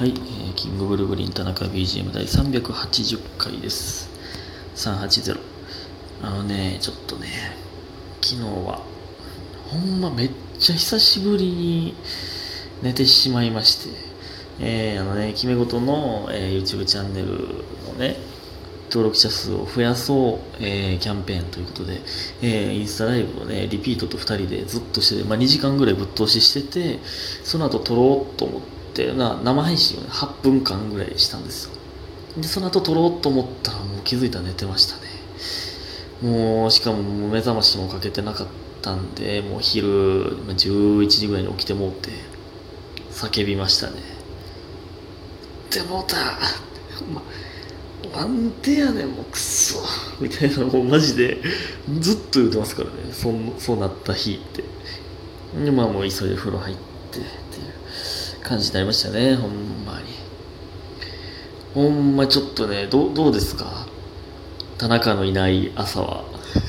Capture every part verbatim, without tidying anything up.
はい、えー、キングブルブリン田中 ビージーエム 第さんびゃくはちじゅっかいです。さんはちゼロ。あのね、ちょっとね、昨日は、ほんまめっちゃ久しぶりに寝てしまいまして、えー、あのね、決め事の、えー、YouTube チャンネルのね、登録者数を増やそう、えー、キャンペーンということで、えー、インスタライブをね、リピートとふたりでずっとしてて、まあ、にじかんぐらいぶっ通ししてて、その後撮ろうと思って、な生配信を、ね、はっぷんかんぐらいしたんですよ。で、その後撮ろうと思ったらもう気づいたら寝てましたね。もう、しかももう目覚ましもかけてなかったんで、もう昼じゅういちじぐらいに起きてもうて、叫びましたね。でもうたまなんでやねんもうクソみたいな、もうマジでずっと言ってますからね、そそうなった日って。でまあもう急いで風呂入ってっていう感じになりましたね。ほんまにほんまちょっとね、ど, どうですか、田中のいない朝は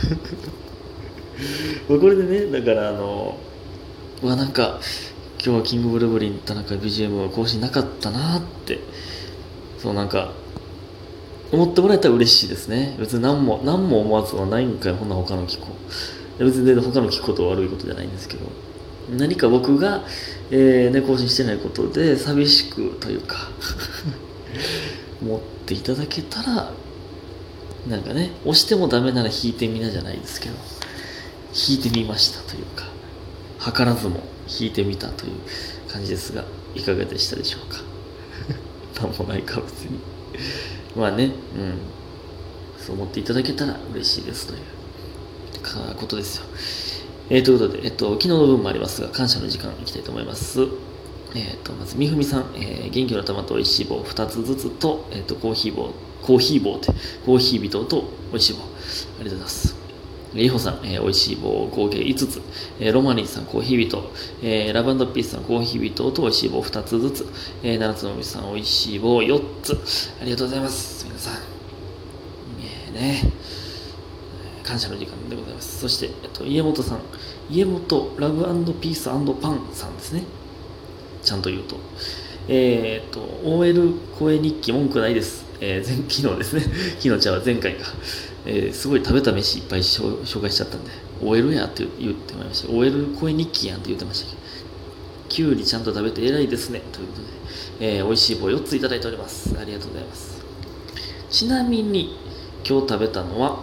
これでね、だからあのうわなんか今日はキングブルブリン田中 ビージーエム 更新なかったなって、そうなんか思ってもらえたら嬉しいですね。別に何も何も思わずはないんかい、ほんな他の聞こう。別に他の聞くことは悪いことじゃないんですけど、何か僕が、えーね、更新してないことで寂しくというか思っていただけたら、なんかね、押してもダメなら引いてみなじゃないですけど、引いてみましたというか、図らずも引いてみたという感じですが、いかがでしたでしょうかなんもないか別にまあね、うん、そう思っていただけたら嬉しいですということですよ。えー、ということで、えっと、昨日の分もありますが、感謝の時間いきたいと思います。えっと、まず、みふみさん、えー、元気の玉とおいしい棒ふたつずつと、えっと、コーヒー棒、コーヒー棒って、コーヒービトとおいしい棒。ありがとうございます。りほさん、えー、おいしい棒合計いつつ、えー、ロマニーさんコーヒービト、えー、ラブ&ピースさんコーヒービトとおいしい棒ふたつずつ、えー、七つのみさんおいしい棒よっつ、ありがとうございます。皆さん、えー、ね、感謝の時間でございます。そして、えっと、家元さん、家元ラブ&ピース&パンさんですね。ちゃんと言うと。えー、っと、オーエル 声日記文句ないです。えー、前昨日ですね。昨日ちゃうわ、前回か。えー、すごい食べた飯いっぱい紹介しちゃったんで、オーエル やって言ってまいりました。オーエル 声日記やんって言ってましたけど、きゅうりちゃんと食べて偉いですね。ということで、えー、美味しい棒よっついただいております。ありがとうございます。ちなみに、今日食べたのは、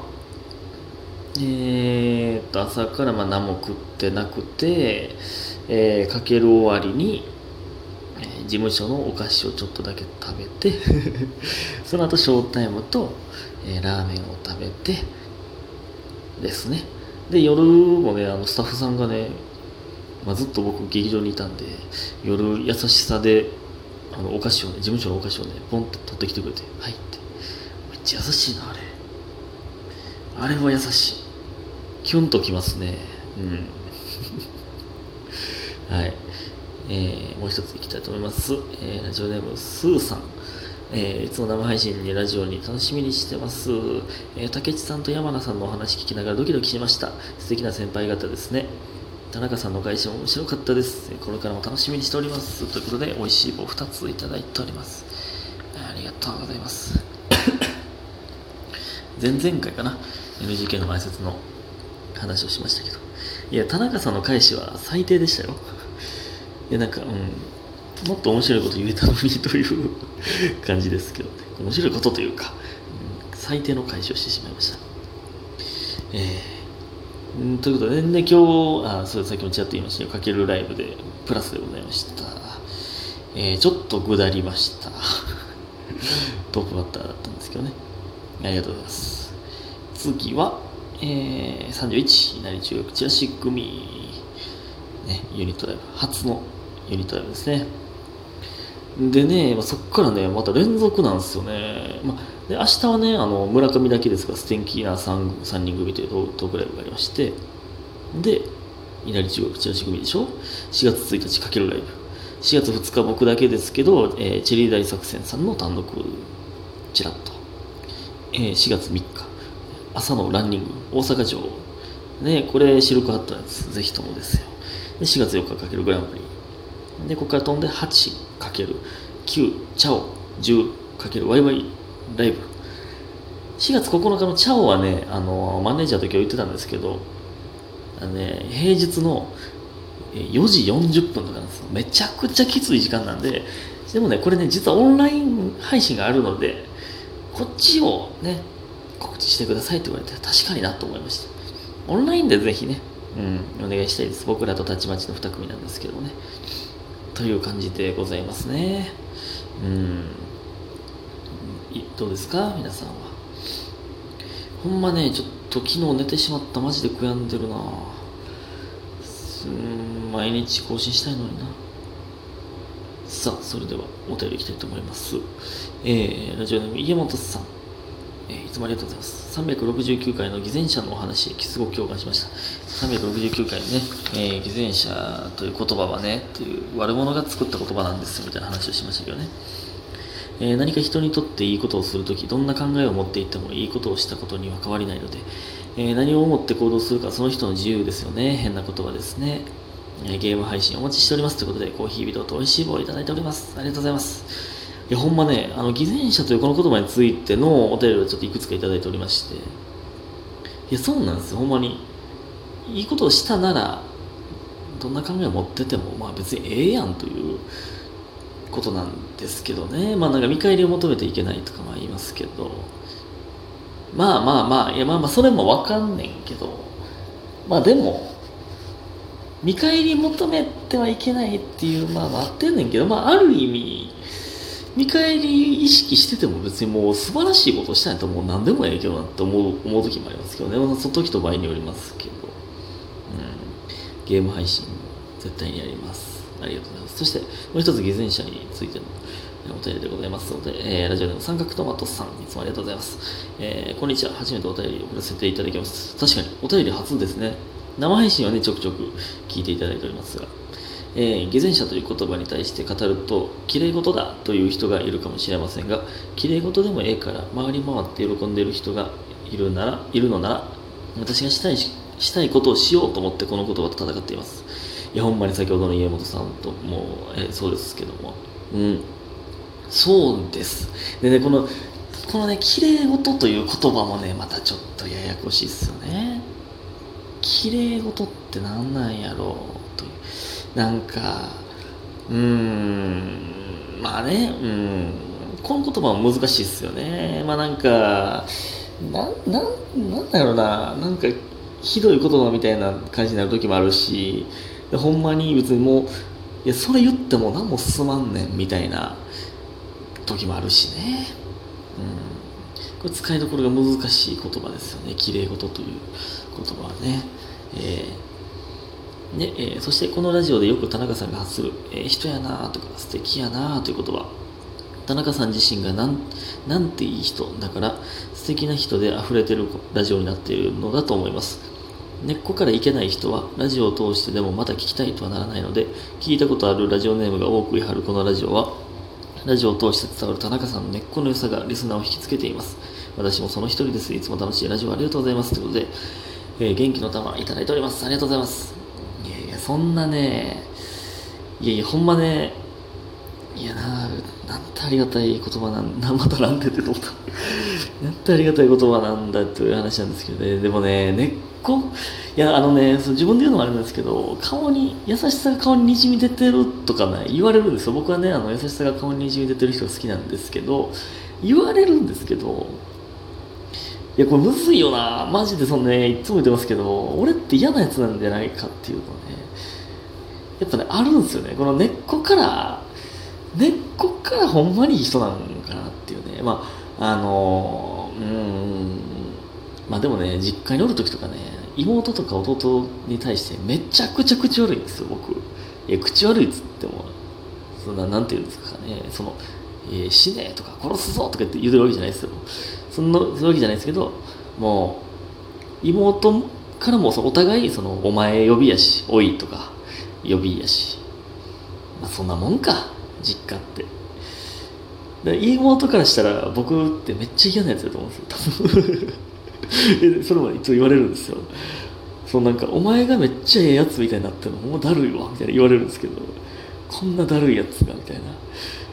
えー、っと、朝からまあ何も食ってなくて、えー、かける終わりに、えー、事務所のお菓子をちょっとだけ食べてその後ショータイムと、えー、ラーメンを食べてですね。で、夜もね、あのスタッフさんがね、まあ、ずっと僕劇場にいたんで、夜優しさであのお菓子をね、事務所のお菓子をね、ポンって取ってきてくれて、はいって。めっちゃ優しいな、あれ。あれは優しい。キュンときますね。うん。はい。えー、もう一ついきたいと思います。えー、ラジオネーム、スーさん。えー、いつも生配信にラジオに楽しみにしてます。えー、竹内さんと山名さんのお話聞きながらドキドキしました。素敵な先輩方ですね。田中さんの会社も面白かったです。これからも楽しみにしております。ということで、美味しい棒ふたついただいております。ありがとうございます。前々回かな、エヌジーケー の前説の話をしましたけど、いや、田中さんの返しは最低でしたよ。いや、なんか、うん、もっと面白いこと言えたのにという感じですけどね。面白いことというか、うん、最低の返しをしてしまいました。えー、うんということでね、今日、あ、そうです、さっきもちらっと言いましたよ。かけるライブでプラスでございました。えー、ちょっとぐだりました。トップバッターだったんですけどね。ありがとうございます。次は、えー、さんじゅういち、稲荷中学チラシ組、ね、ユニットライブ、初のユニットライブですね。でね、まあ、そっからね、また連続なんですよね。まあ、で明日はね、あの村上だけですが、素敵な 3, 3人組というトークライブがありまして、で、稲荷中学チラシ組でしょ。しがつついたちかけるライブ。しがつふつか僕だけですけど、えー、チェリー大作戦さんの単独チラッと。えー、しがつみっか、朝のランニング、大阪城。ね、これ、シルクハットのやつ、ぜひともですよ。で、しがつよっかかけるグランプリ。で、ここから飛んではちかけるきゅうチャオ じゅうかけるワイワイ ライブ。しがつここのかのチャオはね、あのマネージャーと今日言ってたんですけど、あの、ね、平日のよじよんじゅっぷんとかなんですよ。めちゃくちゃきつい時間なんで、でもね、これね、実はオンライン配信があるので、こっちをね、告知してくださいって言われて、確かになと思いました。オンラインでぜひね、うん、お願いしたいです。僕らとたちまちのに組なんですけどね。という感じでございますね。うん。どうですか皆さんは。ほんまね、ちょっと昨日寝てしまった。マジで悔やんでるな。うん、毎日更新したいのにな。さあ、それではお便りいきたいと思います。えー、ラジオネーム家元さん、えー、いつもありがとうございます。さんびゃくろくじゅうきゅうかいの偽善者のお話、すごく共感しました。さんびゃくろくじゅうきゅうかいのね、えー、偽善者という言葉はね、という悪者が作った言葉なんですよみたいな話をしましたけどね。えー、何か人にとっていいことをするとき、どんな考えを持っていってもいいことをしたことには変わりないので、えー、何を思って行動するかその人の自由ですよね。変な言葉ですね。えー、ゲーム配信お待ちしておりますということで、コーヒービトと美味しい棒をいただいております。ありがとうございます。いや、ほんまね、あの、偽善者というこの言葉についてのお便りをちょっといくつかいただいておりまして、いや、そうなんですよ。ほんまに、いいことをしたなら、どんな考えを持ってても、まあ別にええやんということなんですけどね。まあなんか見返りを求めていけないとかまあ言いますけど、まあまあまあ、いやまあまあそれもわかんねんけど、まあでも、見返り求めてはいけないっていう、まあ、あってんねんけど、まあ、ある意味、見返り意識してても別にもう素晴らしいことをしたいともう何でもええけどなって思う、思う時もありますけどね。その時と場合によりますけど、うん、ゲーム配信絶対にやります。ありがとうございます。そして、もう一つ偽善者についてのお便りでございますので、えー、ラジオでの三角トマトさん、いつもありがとうございます。えー、こんにちは。初めてお便りを送らせていただきます。確かに、お便り初ですね。生配信はね、ちょくちょく聞いていただいておりますが、えー、偽善者という言葉に対して語ると、綺麗事だという人がいるかもしれませんが、綺麗事でもええから、回り回って喜んでいる人がいるなら、いるのなら、私がしたい、したいことをしようと思ってこの言葉と戦っています。いや、ほんまに先ほどの家元さんとも、えー、そうですけども、うん、そうです。でね、この、このね、綺麗事という言葉もね、またちょっとややこしいっすよね。綺麗事って何なんやろうという、なんかうーんまあね、うん、この言葉も難しいっすよね。まあなんかなななんだろうな、なんかひどい言葉みたいな感じになる時もあるし、ほんまに別にもういやそれ言っても何も進まんねんみたいな時もあるしね。うん、これ使いどころが難しい言葉ですよね。綺麗事という言葉はね。えーねえー、そしてこのラジオでよく田中さんが発する、えー、人やなとか素敵やなという言葉、田中さん自身がなんなんていい人だから素敵な人で溢れてるラジオになっているのだと思います。根っこからいけない人はラジオを通してでもまた聞きたいとはならないので、聞いたことあるラジオネームが多くいはるこのラジオは、ラジオを通して伝わる田中さんの根っこの良さがリスナーを引きつけています。私もその一人です。いつも楽しいラジオありがとうございます。ということで、えー、元気の玉いただいております。ありがとうございます。いやいや、そんなね、いやいや、ほんまね、いやな、なんてありがたい言葉なんだ、またなんてってどうだ。なんてありがたい言葉なんだという話なんですけどね。でもね、根っこ、いや、あのね、そう自分で言うのもあるんですけど、顔に、優しさが顔に滲み出てるとかね、言われるんですよ。僕はね、あの優しさが顔に滲み出てる人が好きなんですけど、言われるんですけど、いやこれむずいよな、マジで。そのね、いつも言ってますけど、俺って嫌なやつなんじゃないかっていうのね、やっぱねあるんですよね。この根っこから根っこからほんまにいい人なんかなっていうね。まああのうーんまあでもね、実家におる時とかね、妹とか弟に対してめちゃくちゃ口悪いんですよ僕。いや口悪いっつっても、そんななんていうんですかね、その、えー、死ねとか殺すぞとか言って言うてるわけじゃないですよ。そんなそういうわけじゃないですけど、もう妹からもそのお互いそのお前呼びやし、おいとか呼びやし、まあそんなもんか実家って。で妹からしたら僕ってめっちゃ嫌なやつだと思うんですよ多分それもいつも言われるんですよ。そのなんかお前がめっちゃええやつみたいになってるのもうだるいわみたいな言われるんですけど、こんなだるいやつがみたいな、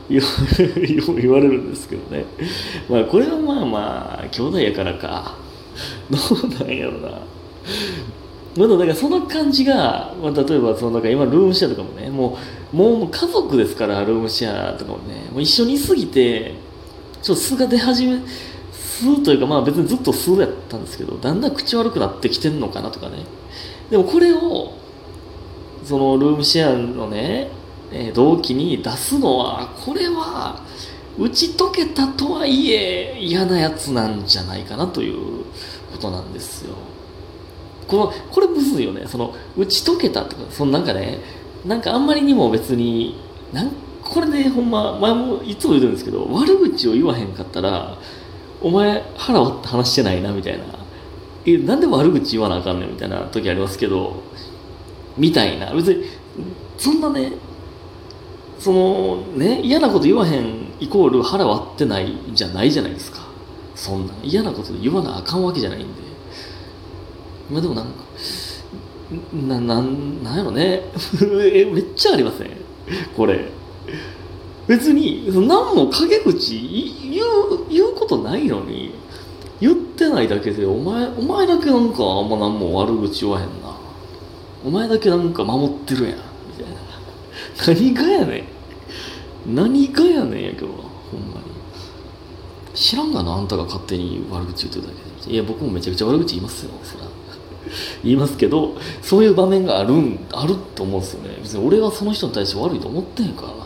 言わ言われるんですけどね。まあこれはまあまあ兄弟やからか、どうなんやろな。まだだからその感じが、まあ、例えばそのなんか今ルームシェアとかもね、もうもう家族ですから、ルームシェアとかもね、もう一緒にいすぎてちょっと素が出始め、素というか、まあ別にずっと素やったんですけど、だんだん口悪くなってきてんのかなとかね。でもこれをそのルームシェアのね、えー同期に出すのは、これは打ち解けたとはいえ嫌なやつなんじゃないかなということなんですよ。このこれむずいよね。その打ち解けたとか、そのなんかね、なんかあんまりにも別に、なんこれね、ほんま前もいつも言うてるんですけど、悪口を言わへんかったらお前腹割って話してないなみたいな、えなんで悪口言わなあかんねんみたいな時ありますけど、みたいな、別にそんなね、そのね、嫌なこと言わへんイコール腹割ってないじゃないじゃないですか。そんな嫌なこと言わなあかんわけじゃないんで。今でもなんかな、なん、なんやろねえめっちゃありませんこれ。別に何も陰口言う言うことないのに、言ってないだけで、お前お前だけなんかあんま何も悪口言わへんな、お前だけなんか守ってるやんみたいな、何がやねん何がやねんやけど、ほんまに知らんがな、あんたが勝手に悪口言ってるだけで。いや僕もめちゃくちゃ悪口言いますよ、そら言いますけど、そういう場面があるんあると思うんですよね。別に俺はその人に対して悪いと思ってんからな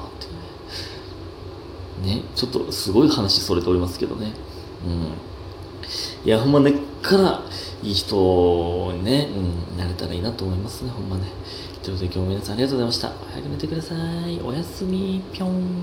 ってね。ね、ちょっとすごい話それておりますけどね。うん。いやほんま根っからいい人にね、うん、なれたらいいなと思いますね、ほんまね。ということで今日も皆さんありがとうございました。早く寝てください。おやすみぴょん。